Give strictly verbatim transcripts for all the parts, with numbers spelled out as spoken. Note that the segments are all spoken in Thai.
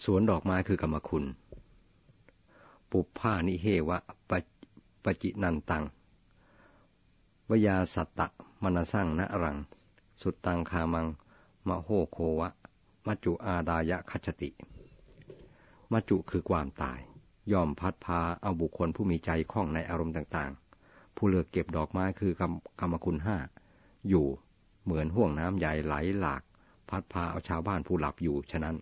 สวนดอกไม้คือกรรมคุณปุพพานิเหวะปปจินันตังวยาสัตตะมนสังนะรังสุตตังคามังมโหโควะมัจจุอาดายะคัจฉติมัจจุคือความตายย่อมพัดพาเอาบุคคลผู้มีใจคล่องในอารมณ์ต่างๆผู้เลือกเก็บดอกไม้คือกรรมกรรมคุณห้าอยู่เหมือนห่วงน้ำใหญ่ไหลหลากพัดพาเอาชาวบ้านผู้หลับอยู่ฉะนั้น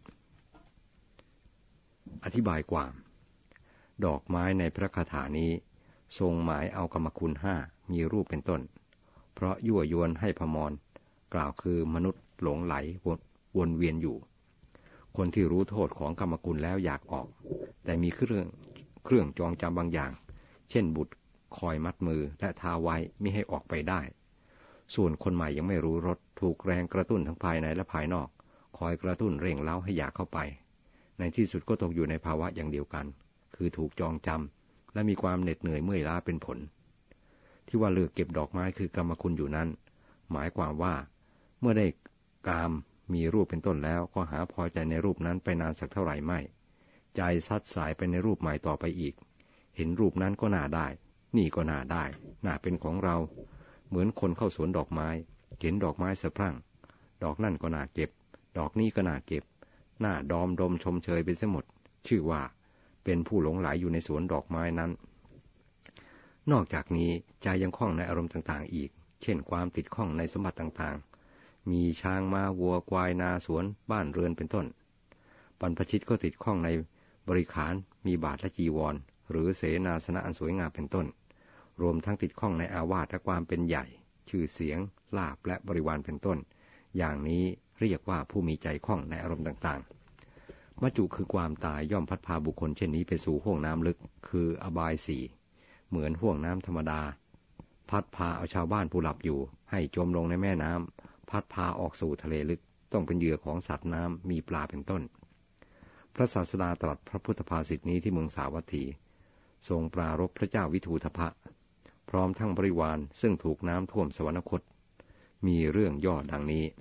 อธิบายความดอกไม้ในพระคาถานี้ทรงหมายเอากรรมคุณห้ามีรูปเป็นต้นเพราะยั่วยวนให้พมรกล่าวคือมนุษย์หลงไหลวนเวียนอยู่คนที่รู้โทษของกรรมคุณแล้วอยากออกแต่มีเครื่องเครื่องจองจำบางอย่างเช่นบุตรคอยมัดมือและทาไว้มิให้ออกไปได้ส่วนคนใหม่ยังไม่รู้รสถูกแรงกระตุ้นทั้งภายในและภายนอกคอยกระตุ้นเร่งเร้าให้อยากเข้าไปในที่สุดก็ตกอยู่ในภาวะอย่างเดียวกันคือถูกจองจำและมีความเหน็ดเหนื่อยเมื่อยล้าเป็นผลที่ว่าเลือกเก็บดอกไม้คือกรรมคุณอยู่นั้นหมายความว่าเมื่อได้กามมีรูปเป็นต้นแล้วก็หาพอใจในรูปนั้นไปนานสักเท่าไหร่ไม่ใจซัดสายไปในรูปใหม่ต่อไปอีกเห็นรูปนั้นก็น่าได้นี่ก็น่าได้น่าเป็นของเราเหมือนคนเข้าสวนดอกไม้เห็นดอกไม้สะพรั่งดอกนั่นก็น่าเก็บดอกนี้ก็น่าเก็บน่าดอมดมชมเชยไปเสียหมดชื่อว่าเป็นผู้หลงไหลอยู่ในสวนดอกไม้นั้นนอกจากนี้ใจยังคล้องในอารมณ์ต่างๆอีกเช่นความติดข้องในสมบัติต่างๆมีช้างม้าวัวควายนาสวนบ้านเรือนเป็นต้นบรรพชิตก็ติดข้องในบริขารมีบาทและจีวรหรือเสนาสนะอันสวยงามเป็นต้นรวมทั้งติดข้องในอาวาสและความเป็นใหญ่ชื่อเสียงลาภและบริวารเป็นต้นอย่างนี้เรียกว่าผู้มีใจคล่องในอารมณ์ต่างๆมัจจุคือความตายย่อมพัดพาบุคคลเช่นนี้ไปสู่ห้วงน้ำลึกคืออบายสี่เหมือนห้วงน้ำธรรมดาพัดพาเอาชาวบ้านผู้หลับอยู่ให้จมลงในแม่น้ำพัดพาออกสู่ทะเลลึกต้องเป็นเหยื่อของสัตว์น้ำมีปลาเป็นต้นพระศาสดาตรัสพระพุทธภาษิตนี้ที่เมืองสาวัตถีทรงปรารภพระเจ้าวิทูธพะพร้อมทั้งบริวารซึ่งถูกน้ำท่วมสวรรคตมีเรื่องย่อดังนี้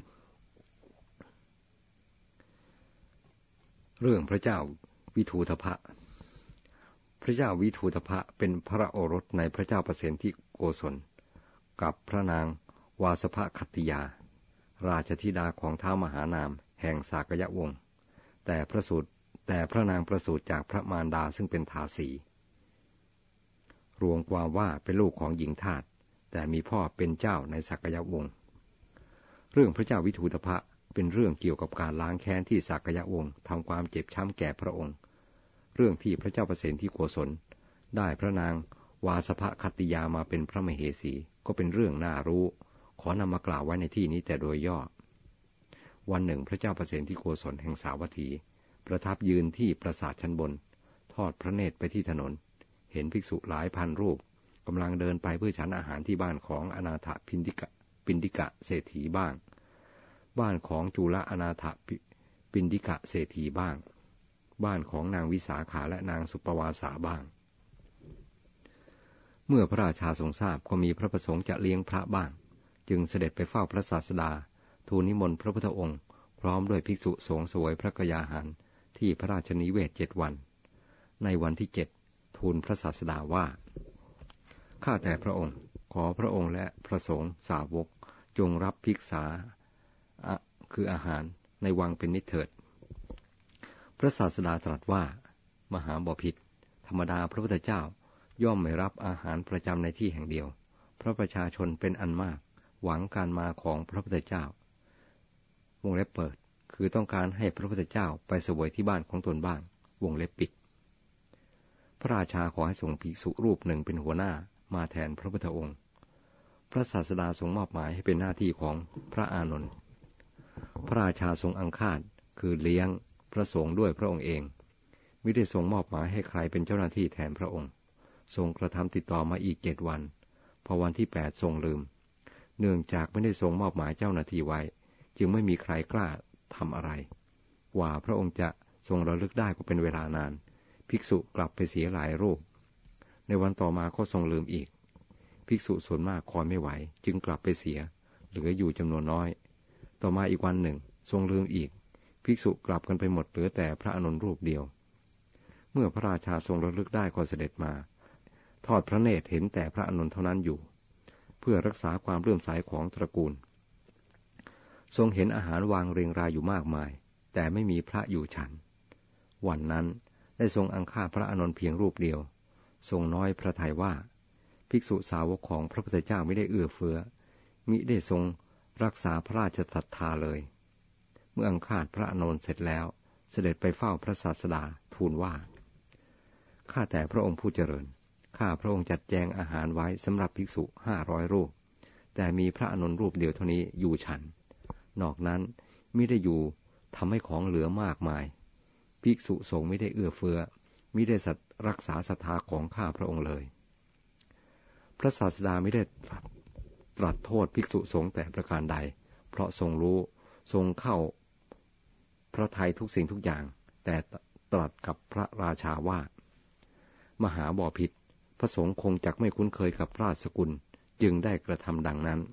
เรื่องพระเจ้าวิทูธพะพระเจ้าวิทูธพะเป็นพระโอรสในพระเจ้าประเสนที่โกศลกับพระนางวาสภคัตติยาราชธิดาของท้าวมหานามแห่งสากยวงศ์แต่พระสูตรแต่พระนางประสูติจากพระมารดาซึ่งเป็นทาสีรวมความว่าเป็นลูกของหญิงทาสแต่มีพ่อเป็นเจ้าในสากยวงศ์เรื่องพระเจ้าวิทูธพะเป็นเรื่องเกี่ยวกับการล้างแค้นที่สากยวงศ์ทำความเจ็บช้ำแก่พระองค์เรื่องที่พระเจ้าประเสนที่โกศลได้พระนางวาสภคัตติยามาเป็นพระมเหสีก็เป็นเรื่องน่ารู้ขอนำมากล่าวไว้ในที่นี้แต่โดยย่อวันหนึ่งพระเจ้าประเสนที่โกศลแห่งสาวัตถีประทับยืนที่ปราสาทชั้นบนทอดพระเนตรไปที่ถนนเห็นภิกษุหลายพันรูปกำลังเดินไปเพื่อฉันอาหารที่บ้านของอนาถปิณฑิกะปิณฑิกะเศรษฐีบ้างบ้านของจุลอนาถปิณฑิกะเศรษฐีบ้างบ้านของนางวิสาขาและนางสุปวาสาบ้างเมื่อพระราชาทรงทราบก็มีพระประสงค์จะเลี้ยงพระบ้างจึงเสด็จไปเฝ้าพระศาสดาทูลนิมนต์พระพุทธองค์พร้อมด้วยภิกษุสงฆ์เสวยพระกยาหารที่พระราชนิเวศเจ็ดวันในวันที่เจ็ดทูลพระศาสดาว่าข้าแต่พระองค์ขอพระองค์และพระสงฆ์สาวกจงรับภิกษาคืออาหารในวังเป็นนิจเถิดพระศาสดาตรัสว่ามหาบพิตรธรรมดาพระพุทธเจ้าย่อมไม่รับอาหารประจำในที่แห่งเดียวเพราะประชาชนเป็นอันมากหวังการมาของพระพุทธเจ้าวงเล็บเปิดคือต้องการให้พระพุทธเจ้าไปเสวยที่บ้านของตนบ้างวงเล็บปิดพระราชาขอให้ส่งภิกษุรูปหนึ่งเป็นหัวหน้ามาแทนพระพุทธองค์พระศาสดาทรงมอบหมายให้เป็นหน้าที่ของพระอานนท์พระราชาทรงอังคาดคือเลี้ยงพระสงฆ์ด้วยพระองค์เองมิได้ทรงมอบหมายให้ใครเป็นเจ้าหน้าที่แทนพระองค์ทรงกระทำติดต่อมาอีกเจ็ดวันพอวันที่แปดทรงลืมเนื่องจากไม่ได้ทรงมอบหมายเจ้าหน้าที่ไว้จึงไม่มีใครกล้าทำอะไรกว่าพระองค์จะทรงระลึกได้ก็เป็นเวลานานภิกษุกลับไปเสียหลายรูปในวันต่อมาก็ทรงลืมอีกภิกษุส่วนมากคอยไม่ไหวจึงกลับไปเสียเหลืออยู่จำนวนน้อยต่อมาอีกวันหนึ่งทรงลืมอีกภิกษุกลับกันไปหมดเหลือแต่พระอานนท์รูปเดียวเมื่อพระราชาทรงระลึกได้ก็เสด็จมาทอดพระเนตรเห็นแต่พระอานนท์เท่านั้นอยู่เพื่อรักษาความเลื่อมใสของตระกูลทรงเห็นอาหารวางเรียงรายอยู่มากมายแต่ไม่มีพระอยู่ฉันวันนั้นได้ทรงอังคาพระอานนท์เพียงรูปเดียวทรงน้อยพระทัยว่าภิกษุสาวกของพระพุทธเจ้าไม่ได้เอื้อเฟื้อมิได้ทรงรักษาพระราชศรัทธาเลยเมื่ออังคาพระอานนท์เสร็จแล้วเสด็จไปเฝ้าพระศาสดาทูลว่าข้าแต่พระองค์ผู้เจริญข้าพระองค์จัดแจงอาหารไว้สำหรับภิกษุห้าร้อยรูปแต่มีพระอานนท์รูปเดียวเท่านี้อยู่ฉันนอกนั้นมิได้อยู่ทำให้ของเหลือมากมายภิกษุสงฆ์ไม่ได้เอื้อเฟื้อมิได้รักษาศรัทธาของข้าพระองค์เลยพระศาสดาไม่ได้ตรัสโทษภิกษุสงฆ์แต่ประการใดเพราะทรงรู้ทรงเข้าพระทัยทุกสิ่งทุกอย่างแต่ตรัสกับพระราชาว่ามหาบพิตรพระสงฆ์คงจักไม่คุ้นเคยกับราชสกุลจึงได้กระทำดังนั้น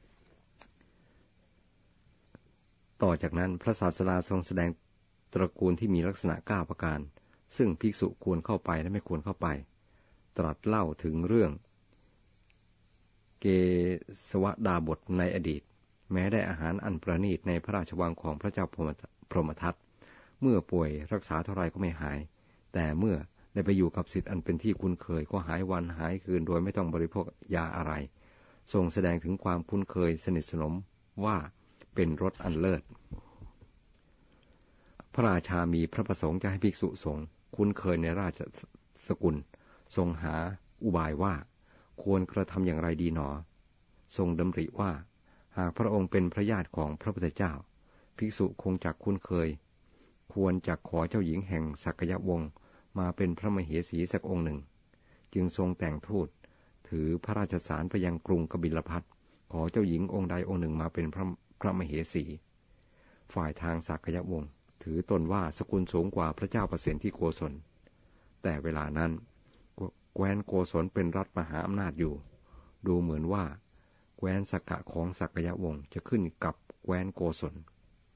ต่อจากนั้นพระศาสดาทรงแสดงตระกูลที่มีลักษณะเก้าประการซึ่งภิกษุควรเข้าไปและไม่ควรเข้าไปตรัสเล่าถึงเรื่องเกสวดาบทในอดีตแม้ได้อาหารอันประณีตในพระราชวังของพระเจ้าพรหมทัตเมื่อป่วยรักษาเท่าไรก็ไม่หายแต่เมื่อได้ไปอยู่กับศิษย์อันเป็นที่คุ้นเคยก็หายวันหายคืนโดยไม่ต้องบริโภคยาอะไรทรงแสดงถึงความคุ้นเคยสนิทสนมว่าเป็นรสอันเลิศพระราชามีพระประสงค์จะให้ภิกษุสงฆ์คุ้นเคยในราชสกุลทรงหาอุบายว่าควรกระทำอย่างไรดีหนอทรงดำริว่าหากพระองค์เป็นพระญาติของพระพุทธเจ้าภิกษุคงจักคุ้นเคยควรจักขอเจ้าหญิงแห่งสักยวงศ์มาเป็นพระมเหสีสักองค์หนึ่งจึงทรงแต่งทูตถือพระราชสารไปยังกรุงกบิลพัสดุขอเจ้าหญิงองค์ใดองค์หนึ่งมาเป็นพระพระมเหสีฝ่ายทางสักยวงศ์ถือตนว่าสกุลสูงกว่าพระเจ้าประเสนที่โกศลแต่เวลานั้นแคว้นโกศลเป็นรัฐมหาอำนาจอยู่ดูเหมือนว่าแคว้นสักกะของสักยวงศ์จะขึ้นกับแคว้นโกศล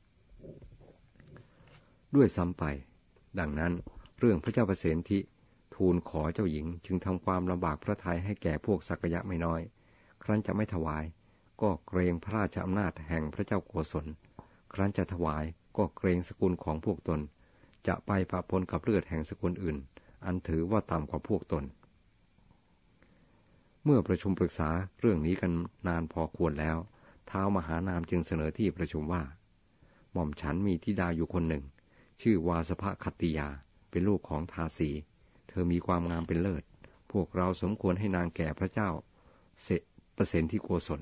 ด้วยซ้ำไปดังนั้นเรื่องพระเจ้าประเสนที่ทูลขอเจ้าหญิงจึงทำความลำบากพระทัยให้แก่พวกสักยะไม่น้อยครั้นจะไม่ถวายก็เกรงพระราชอำนาจแห่งพระเจ้าโกศลครั้นจะถวายก็เกรงสกุลของพวกตนจะไปปะปนกับเลือดแห่งสกุลอื่นอันถือว่าต่ำกว่าพวกตนเมื่อประชุมปรึกษาเรื่องนี้กันนานพอควรแล้วท้าวมหานามจึงเสนอที่ประชุมว่าหม่อมฉันมีธิดาอยู่คนหนึ่งชื่อวาสภคัตติยาเป็นลูกของทาสีเธอมีความงามเป็นเลิศพวกเราสมควรให้นางแก่พระเจ้าเสประเสนที่โกศล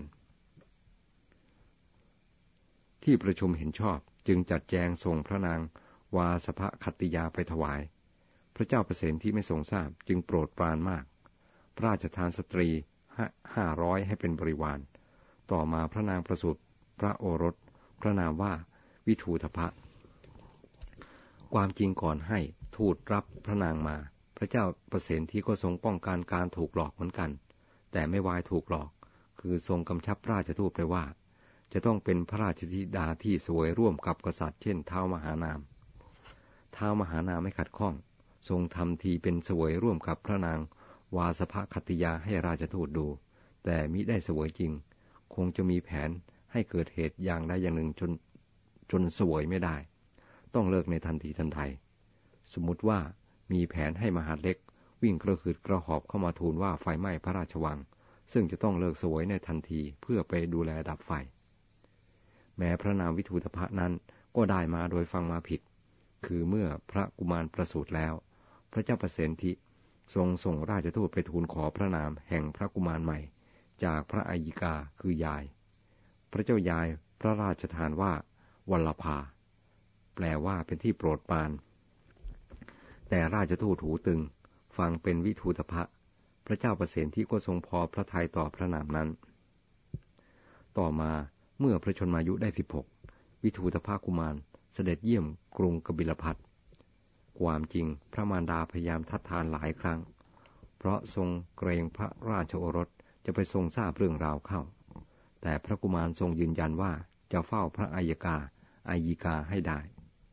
ที่ประชุมเห็นชอบจึงจัดแจงส่งพระนางวาสภคัตติยาไปถวายพระเจ้าประเสนที่ไม่ทรงทราบจึงโปรดปรานมากพระราชทานสตรีห้าร้อยให้เป็นบริวารต่อมาพระนางประสูติพระโอรสพระนามว่าวิทูทพะความจริงก่อนให้ทูตรับพระนางมาพระเจ้าประเสนที่ก็ทรงป้องกันการถูกหลอกเหมือนกันแต่ไม่วายถูกหลอกคือทรงกำชับราชทูตไปว่าจะต้องเป็นพระราชธิดาที่สวยร่วมกับกษัตริย์เช่นท้าวมหานามท้าวมหานามไม่ขัดข้องทรงทำทีเป็นสวยร่วมกับพระนางวาสภคัตติยาให้ราชทูตดูแต่มิได้สวยจริงคงจะมีแผนให้เกิดเหตุอย่างใดอย่างหนึ่งจนจนสวยไม่ได้ต้องเลิกในทันทีทันใดสมมุติว่ามีแผนให้มหาดเล็กวิ่งกระหืดกระหอบเข้ามาทูลว่าไฟไหม้พระราชวังซึ่งจะต้องเลิกสวยในทันทีเพื่อไปดูแลดับไฟแม้พระนามวิทูตภะนั้นก็ได้มาโดยฟังมาผิดคือเมื่อพระกุมารประสูติแล้วพระเจ้าประเสนทิทรงส่งราชทูตไปทูลขอพระนามแห่งพระกุมารใหม่จากพระอัยยิกาคือยายพระเจ้ายายพระราชทานว่าวัลลภาแปลว่าเป็นที่โปรดปรานแต่ราชทูตหูตึงฟังเป็นวิทูตภะพระเจ้าประเสนทิก็ทรงพอพระทัยต่อพระนามนั้นต่อมาเมื่อพระชนมายุได้สิบหกวิทูตภะกุมารเสด็จเยี่ยมกรุงกบิลพัสดุความจริงพระมารดาพยายามทัดทานหลายครั้งเพราะทรงเกรงพระราชโอรสจะไปทรงทราบเรื่องราวเข้าแต่พระกุมารทรงยืนยันว่าจะเฝ้าพระอัยกาอัยยิกาให้ได้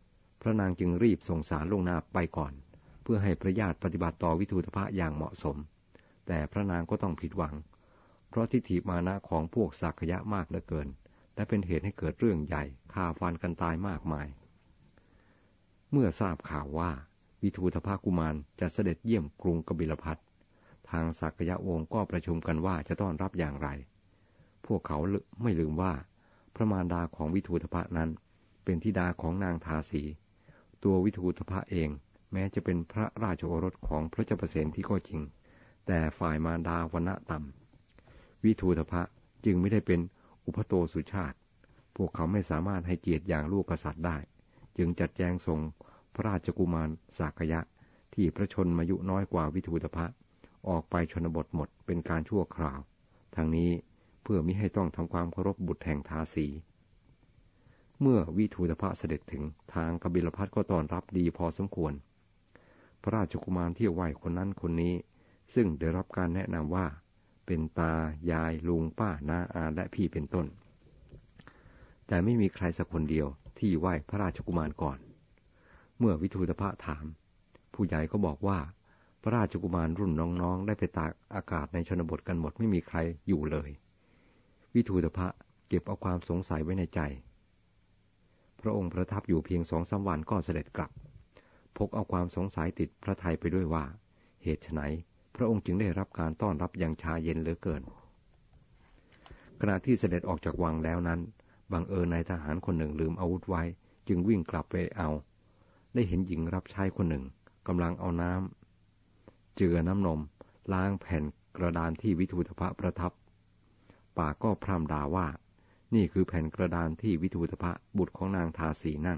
พระนางจึงรีบส่งสารลงนาไปก่อนเพื่อให้พระญาติปฏิบัติต่อวิทูตภะอย่างเหมาะสมแต่พระนางก็ต้องผิดหวังเพราะทิฏฐิมานะของพวกสักยะมากเหลือเกินและเป็นเหตุให้เกิดเรื่องใหญ่ฆ่าฟันกันตายมากมายเมื่อทราบข่าวว่าวิทูตภะกุมารจะเสด็จเยี่ยมกรุงกบิลพัสทางสักยะวงศ์ก็ประชุมกันว่าจะต้อนรับอย่างไรพวกเขาไม่ลืมว่าพระมารดาของวิทูตภะนั้นเป็นธิดาของนางทาสีตัววิทูตภะเองแม้จะเป็นพระราชโอรสของพระเจ้าประเสนที่ก็จริงแต่ฝ่ายมารดาวรรณะต่ำวิทูตภะจึงไม่ได้เป็นอุปโตสุชาติพวกเขาไม่สามารถให้เกียรติอย่างลูกกษัตริย์ได้จึงจัดแจงส่งพระราชกุมารสากยะที่พระชนมายุน้อยกว่าวิทูตภะออกไปชนบทหมดเป็นการชั่วคราวทั้งนี้เพื่อมิให้ต้องทำความเคารพบุตรแห่งทาสีเมื่อวิทูตภะเสด็จถึงทางกบิลพัสก็ต้อนรับดีพอสมควรพระราชกุมารเที่ยวไหวคนนั้นคนนี้ซึ่งได้รับการแนะนำว่าเป็นตายายลุงป้าน้าอาและพี่เป็นต้นแต่ไม่มีใครสักคนเดียวที่ไหวพระราชกุมารก่อนเมื่อวิทูตภะถามผู้ใหญ่ก็บอกว่าพระราชกุมารรุ่นน้องๆได้ไปตากอากาศในชนบทกันหมดไม่มีใครอยู่เลยวิทูตภะเก็บเอาความสงสัยไว้ในใจพระองค์ประทับอยู่เพียงสองสามวันก็เสด็จกลับพกเอาความสงสัยติดพระทัยไปด้วยว่าเหตุไฉนพระองค์จึงได้รับการต้อนรับอย่างชาเย็นเหลือเกินขณะที่เสด็จออกจากวังแล้วนั้นบังเอิญนายทหารคนหนึ่งลืมอาวุธไว้จึงวิ่งกลับไปเอาได้เห็นหญิงรับใช้คนหนึ่งกำลังเอาน้ำเจือน้ำนมล้างแผ่นกระดานที่วิทูตภะประทับปากก็พร่ำด่าว่านี่คือแผ่นกระดานที่วิทูตภะบุตรของนางทาสีนั่ง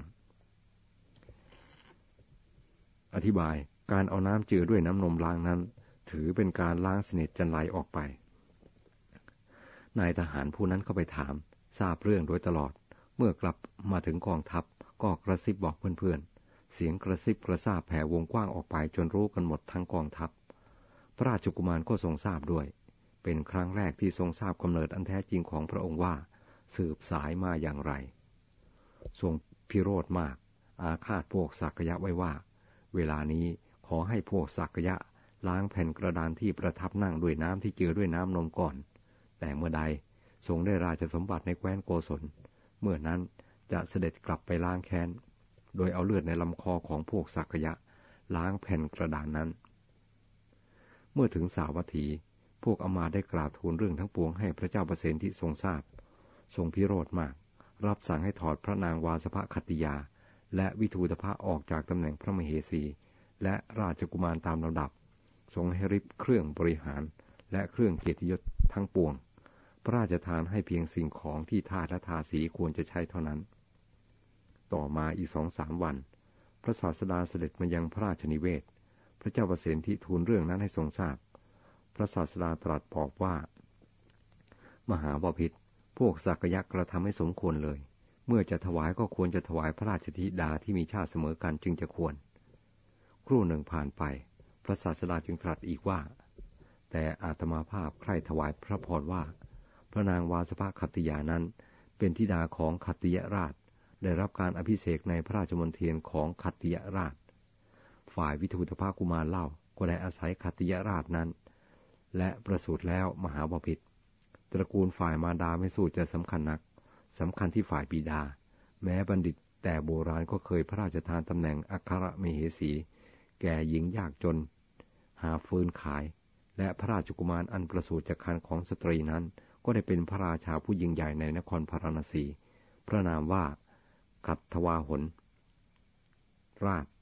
อธิบายการเอาน้ำเจือด้วยน้ำนมล้างนั้นถือเป็นการล้างเสน็จจันไรออกไปนายทหารผู้นั้นเข้าไปถามทราบเรื่องโดยตลอดเมื่อกลับมาถึงกองทัพก็กระซิบบอกเพื่อนๆเสียงกระซิบกระซาบแผ่วงกว้างออกไปจนรู้กันหมดทั้งกองทัพพระราชกุมารก็ทรงทราบด้วยเป็นครั้งแรกที่ทรงทราบกำเนิดอันแท้จริงของพระองค์ว่าสืบสายมาอย่างไรทรงพิโรธมากอาฆาตพวกสักยะไว้ว่าเวลานี้ขอให้พวกสักยะล้างแผ่นกระดานที่ประทับนั่งด้วยน้ำที่เจือด้วยน้ำนมก่อนแต่เมื่อใดทรงได้ราชสมบัติในแคว้นโกศลเมื่อนั้นจะเสด็จกลับไปล้างแค้นโดยเอาเลือดในลำคอของพวกสักยะล้างแผ่นกระดานนั้นเมื่อถึงสาวัตถีพวกอมาตย์ได้กราบทูลเรื่องทั้งปวงให้พระเจ้าประเสนที่ทรงทราบทรงพิโรธมากรับสั่งให้ถอดพระนางวาสภคัตติยาและวิทูตภะออกจากตำแหน่งพระมเหสีและราชกุมารตามลำดับทรงให้ริบเครื่องบริหารและเครื่องเกียรติยศทั้งปวงพระราชทานให้เพียงสิ่งของที่ทาสและทาสีควรจะใช้เท่านั้นต่อมาอีกสองสามวันพระศาสดาเสด็จมายังพระราชนิเวศพระเจ้าประเสนที่ทูลเรื่องนั้นให้ทรงทราบพระศาสดาตรัสบอกว่ามหาบพิตรพวกสักยะกระทำให้สมควรเลยเมื่อจะถวายก็ควรจะถวายพระราชธิดาที่มีชาติเสมอกันจึงจะควรครู่หนึ่งผ่านไปพระศาสดาจึงตรัสอีกว่าแต่อาตมาภาพใคร่ถวายพระพรว่าพระนางวาสภคัตติยานั้นเป็นธิดาของคัตติยราชได้รับการอภิเษกในพระราชมณฑลของคัตติยราชฝ่ายวิทูตภะกุมารเล่าก็ได้อาศัยคัตติยราชนั้นและประสูติแล้วมหาบพิตรตระกูลฝ่ายมารดาไม่สู้จะสำคัญนักสำคัญที่ฝ่ายบิดาแม้บัณฑิตแต่โบราณก็เคยพระราชทานตำแหน่งอัครมเหสีแก่หญิงยากจนหาฟืนขายและพระราชกุมารอันประสูติจากครรภ์ของสตรีนั้นก็ได้เป็นพระราชาผู้ยิ่งใหญ่ในนครพาราณสีพระนามว่ากัตถวาหนราช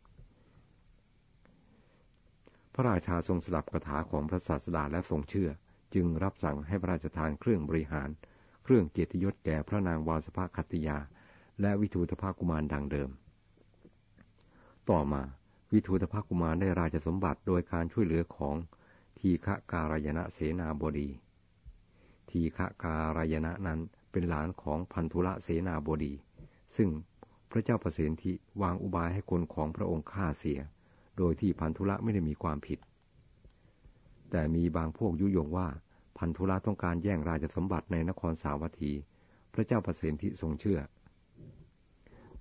พระราชาทรงสดับคาถาของพระศาสดาและทรงเชื่อจึงรับสั่งให้พระราชทานเครื่องบริหารเครื่องเกียรติยศแก่พระนางวาสภคัตติยาและวิทูตภะกุมารดังเดิมต่อมาวิทูตภะกุมารได้ราชสมบัติโดยการช่วยเหลือของทีฆการายณเสนาบดีทีฆการายณนั้นเป็นหลานของพันธุละเสนาบดีซึ่งพระเจ้าประเสนทิวางอุบายให้คนของพระองค์ฆ่าเสียโดยที่พันธุละไม่ได้มีความผิดแต่มีบางพวกยุยงว่าพันธุละต้องการแย่งราชสมบัติในนครสาวัตถีพระเจ้าประเสนทิทรงเชื่อ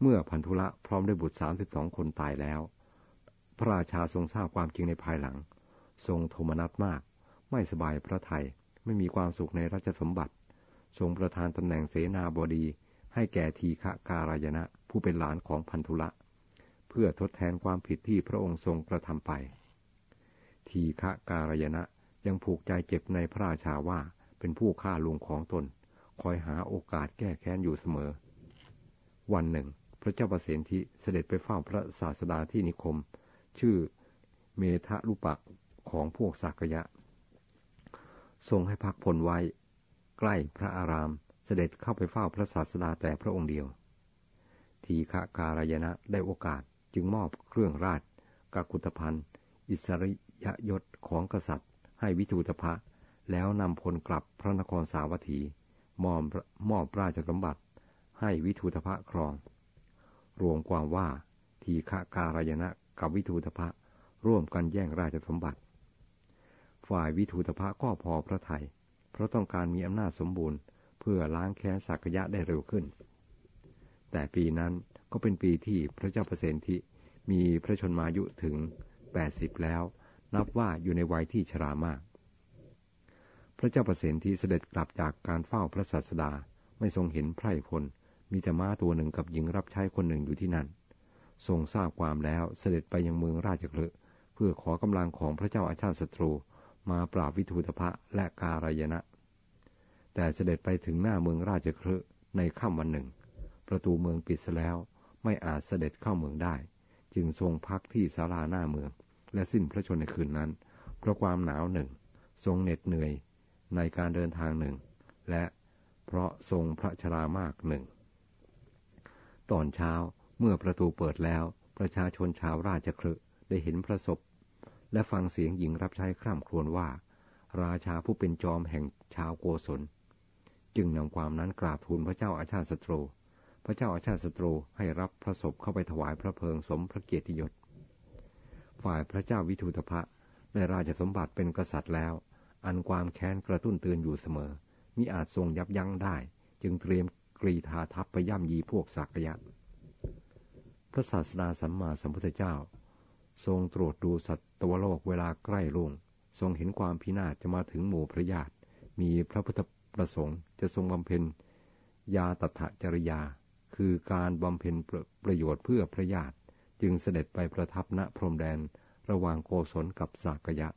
เมื่อพันธุละพร้อมด้วยบุตรสามสิบสองคนตายแล้วพระราชาทรงทราบความจริงในภายหลังทรงโทมนัสมากไม่สบายพระทัยไม่มีความสุขในราชสมบัติทรงประทานตำแหน่งเสนาบดีให้แก่ทีฆการายณะผู้เป็นหลานของพันธุละเพื่อทดแทนความผิดที่พระองค์ทรงกระทำไปทีฆการายณะยังผูกใจเจ็บในพระราชาว่าเป็นผู้ฆ่าลุงของตนคอยหาโอกาสแก้แค้นอยู่เสมอวันหนึ่งพระเจ้าประสิทธิเสด็จไปเฝ้าพระศาสดาที่นิคมชื่อเมทะลุปะของพวกสากยะทรงให้พักพลไว้ใกล้พระอารามเสด็จเข้าไปเฝ้าพระศาสดาแต่พระองค์เดียวทีฆการายณะได้โอกาสจึงมอบเครื่องราชกกุฏภัณฑ์อิสริยยศของกษัตริย์ให้วิทูตภะแล้วนำพลกลับพระนครสาวัตถีมอบมอบราชสมบัติให้วิทูตภะครองรวมความว่าทีฆการายณะกับวิทูตภะร่วมกันแย่งราชสมบัติฝ่ายวิทูตภะก็พอพระทัยเพราะต้องการมีอำนาจสมบูรณ์เพื่อล้างแค้นสักยะได้เร็วขึ้นแต่ปีนั้นก็เป็นปีที่พระเจ้าประสิทธิมีพระชนมายุถึงแปดสิบแล้วนับว่าอยู่ในวัยที่ชรามากพระเจ้าประสิทธิเสด็จกลับจากการเฝ้าพระศาสดาไม่ทรงเห็นไพร่พลมีแต่ม้าตัวหนึ่งกับหญิงรับใช้คนหนึ่งอยู่ที่นั่นทรงทราบความแล้วเสด็จไปยังเมืองราชคฤห์เพื่อขอกำลังของพระเจ้าอาชาติศัตรูมาปราบวิทูตภะและการายณะแต่เสด็จไปถึงหน้าเมืองราชคฤห์ในค่ำวันหนึ่งประตูเมืองปิดเสียแล้วไม่อาจเสด็จเข้าเมืองได้จึงทรงพักที่ศาลาหน้าเมืองและสิ้นพระชนม์ในคืนนั้นเพราะความหนาวหนึ่งทรงเหน็ดเหนื่อยในการเดินทางหนึ่งและเพราะทรงพระชรามากหนึ่งตอนเช้าเมื่อประตูเปิดแล้วประชาชนชาวราชคฤห์ได้เห็นพระศพและฟังเสียงหญิงรับใช้คร่ำครวญว่าราชาผู้เป็นจอมแห่งชาวโกศลจึงนำความนั้นกราบทูลพระเจ้าอาชาติศัตรูพระเจ้าอาชาติศัตรูให้รับพระศพเข้าไปถวายพระเพลิงสมพระเกียรติยศฝ่ายพระเจ้าวิทูตภะได้ราชสมบัติเป็นกษัตริย์แล้วอันความแค้นกระตุ้นเตือนอยู่เสมอมิอาจทรงยับยั้งได้จึงเตรียมกรีธาทัพไปย่ำยีพวกสากยะพระศาสดาสัมมาสัมพุทธเจ้าทรงตรวจดูสัตวโลกเวลาใกล้รุ่งทรงเห็นความพินาศจะมาถึงหมู่พระญาติมีพระพุทธประสงค์จะทรงบำเพ็ญญาตถจริยาคือการบำเพ็ญประโยชน์เพื่อพระญาติจึงเสด็จไปประทับณพรมแดนระหว่างโกศลกับสากยะ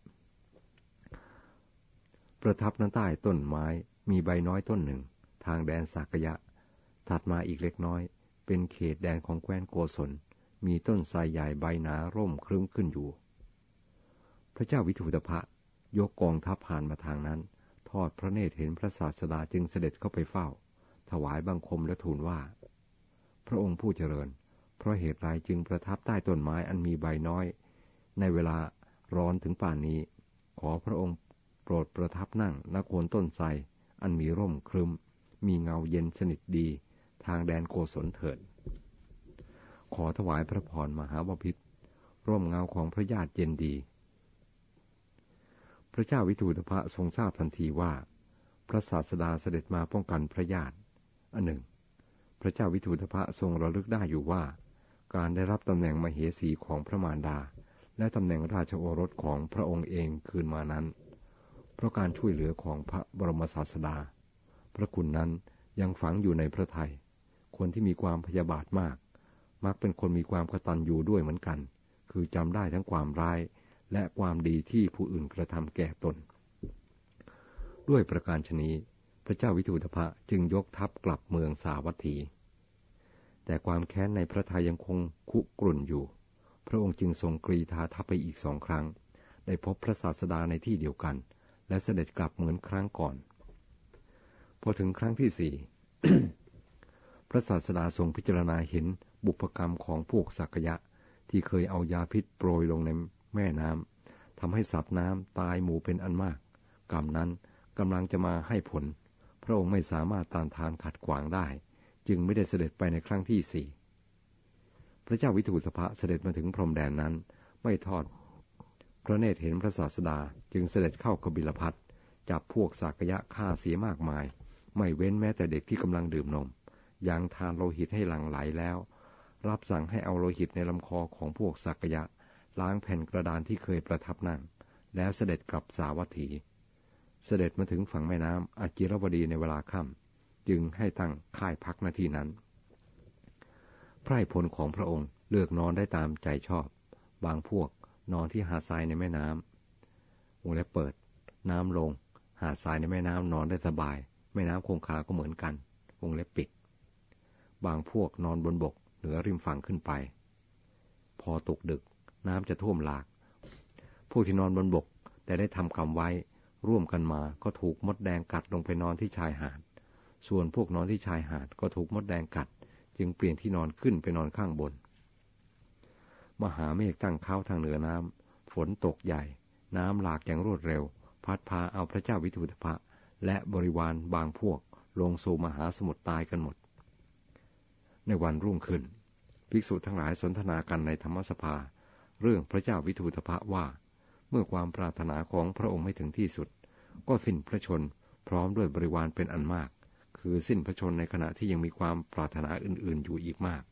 ประทับณใต้ต้นไม้มีใบน้อยต้นหนึ่งทางแดนสากยะถัดมาอีกเล็กน้อยเป็นเขตแดนของแคว้นโกศลมีต้นไทรใหญ่ใบหนาร่มครึ้มขึ้นอยู่พระเจ้าวิทูตภะยกกองทัพผ่านมาทางนั้นทอดพระเนตรเห็นพระศาสดาจึงเสด็จเข้าไปเฝ้าถวายบังคมและทูลว่าพระองค์ผู้เจริญเพราะเหตุไรจึงประทับใต้ต้นไม้อันมีใบน้อยในเวลาร้อนถึงป่านนี้ขอพระองค์โปรดประทับนั่งณโคนต้นไทรอันมีร่มครึ้มมีเงาเย็นสนิทดีทางแดนโกศลเถิดขอถวายพระพรมหาบพิตรร่มเงาของพระญาติเย็นดีพระเจ้าวิทูตภะทรงทราบทันทีว่าพระศาสดาเสด็จมาป้องกันพระญาติอันหนึ่งพระเจ้าวิทูตภะทรงระลึกได้อยู่ว่าการได้รับตำแหน่งมเหสีของพระมารดาและตำแหน่งราชโอรสของพระองค์เองคืนมานั้นเพราะการช่วยเหลือของพระบรมศาสดาพระคุณนั้นยังฝังอยู่ในพระทัยคนที่มีความพยาบาทมากมักเป็นคนมีความกตัญญูด้วยเหมือนกันคือจำได้ทั้งความร้ายและความดีที่ผู้อื่นกระทำแก่ตนด้วยประการฉะนี้พระเจ้าวิทูตภะจึงยกทัพกลับเมืองสาวัตถีแต่ความแค้นในพระทัยยังคงคุกรุ่นอยู่พระองค์จึงทรงกรีธาทัพไปอีกสองครั้งได้พบพระศาสดาในที่เดียวกันและเสด็จกลับเหมือนครั้งก่อนพอถึงครั้งที่สี่ พระศาสดาทรงพิจารณาเห็นบุพกรรมของพวกสักยะที่เคยเอายาพิษโปรยลงในแม่น้ำทำให้สัตว์น้ำตายหมู่เป็นอันมากกรรมนั้นกำลังจะมาให้ผลพระองค์ไม่สามารถต้านทานขัดขวางได้จึงไม่ได้เสด็จไปในครั้งที่สี่พระเจ้าวิทูตภะเสด็จมาถึงพรมแดนนั้นไม่ทอดพระเนตรเห็นพระศาสดาจึงเสด็จเข้ากบิลพัสจับพวกสักยะฆ่าเสียมากมายไม่เว้นแม้แต่เด็กที่กำลังดื่มนมยังทานโลหิตให้หลั่งไหลแล้วรับสั่งให้เอาโลหิตในลำคอของพวกสักยะล้างแผ่นกระดานที่เคยประทับนั่งแล้วเสด็จกลับสาวัตถีเสด็จมาถึงฝั่งแม่น้ำอาจิรวดีในเวลาค่ำจึงให้ตั้งค่ายพักณที่นั้นไพร่พลของพระองค์เลือกนอนได้ตามใจชอบบางพวกนอนที่หาดทรายในแม่น้ำวงเล็บเปิดน้ำลงหาดทรายในแม่น้ำนอนได้สบายแม่น้ำคงคาก็เหมือนกันวงเล็บปิดบางพวกนอนบนบกเหนือริมฝั่งขึ้นไปพอตกดึกน้ำจะท่วมหลากพวกที่นอนบนบกแต่ได้ทำกรรมไว้ร่วมกันมาก็ถูกมดแดงกัดลงไปนอนที่ชายหาดส่วนพวกนอนที่ชายหาดก็ถูกมดแดงกัดจึงเปลี่ยนที่นอนขึ้นไปนอนข้างบนมหาเมฆตั้งเขาทางเหนือน้ำฝนตกใหญ่น้ำหลากอย่างรวดเร็วพัดพาเอาพระเจ้าวิทูธพะและบริวารบางพวกลงสู่มหาสมุทรตายกันหมดในวันรุ่งขึ้นภิกษุทั้งหลายสนทนากันในธรรมสภาเรื่องพระเจ้าวิทูธพะว่าเมื่อความปรารถนาของพระองค์ไม่ถึงที่สุดก็สิ้นพระชนพร้อมด้วยบริวารเป็นอันมากคือสิ้นพระชนในขณะที่ยังมีความปรารถนาอื่นๆอยู่อีกมาก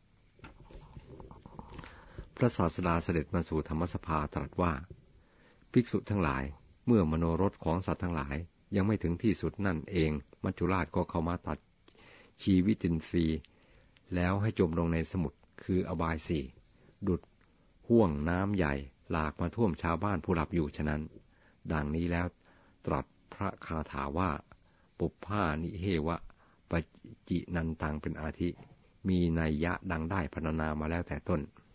พระศาสดาเสด็จมาสู่ธรรมสภาตรัสว่าภิกษุทั้งหลายเมื่อมโนรสของสัตว์ทั้งหลายยังไม่ถึงที่สุดนั่นเองมัจจุราชก็เข้ามาตัดชีวิตินทรีย์แล้วให้จมลงในสมุทรคืออบายสี่ดุจห่วงน้ำใหญ่หลากมาท่วมชาวบ้านผู้หลับอยู่ฉะนั้นดังนี้แล้วตรัสพระคาถาว่าปุพพานิเหวะปจินันตังเป็นอาทิมีนัยยะดังได้พรรณนามาแล้วแต่ต้น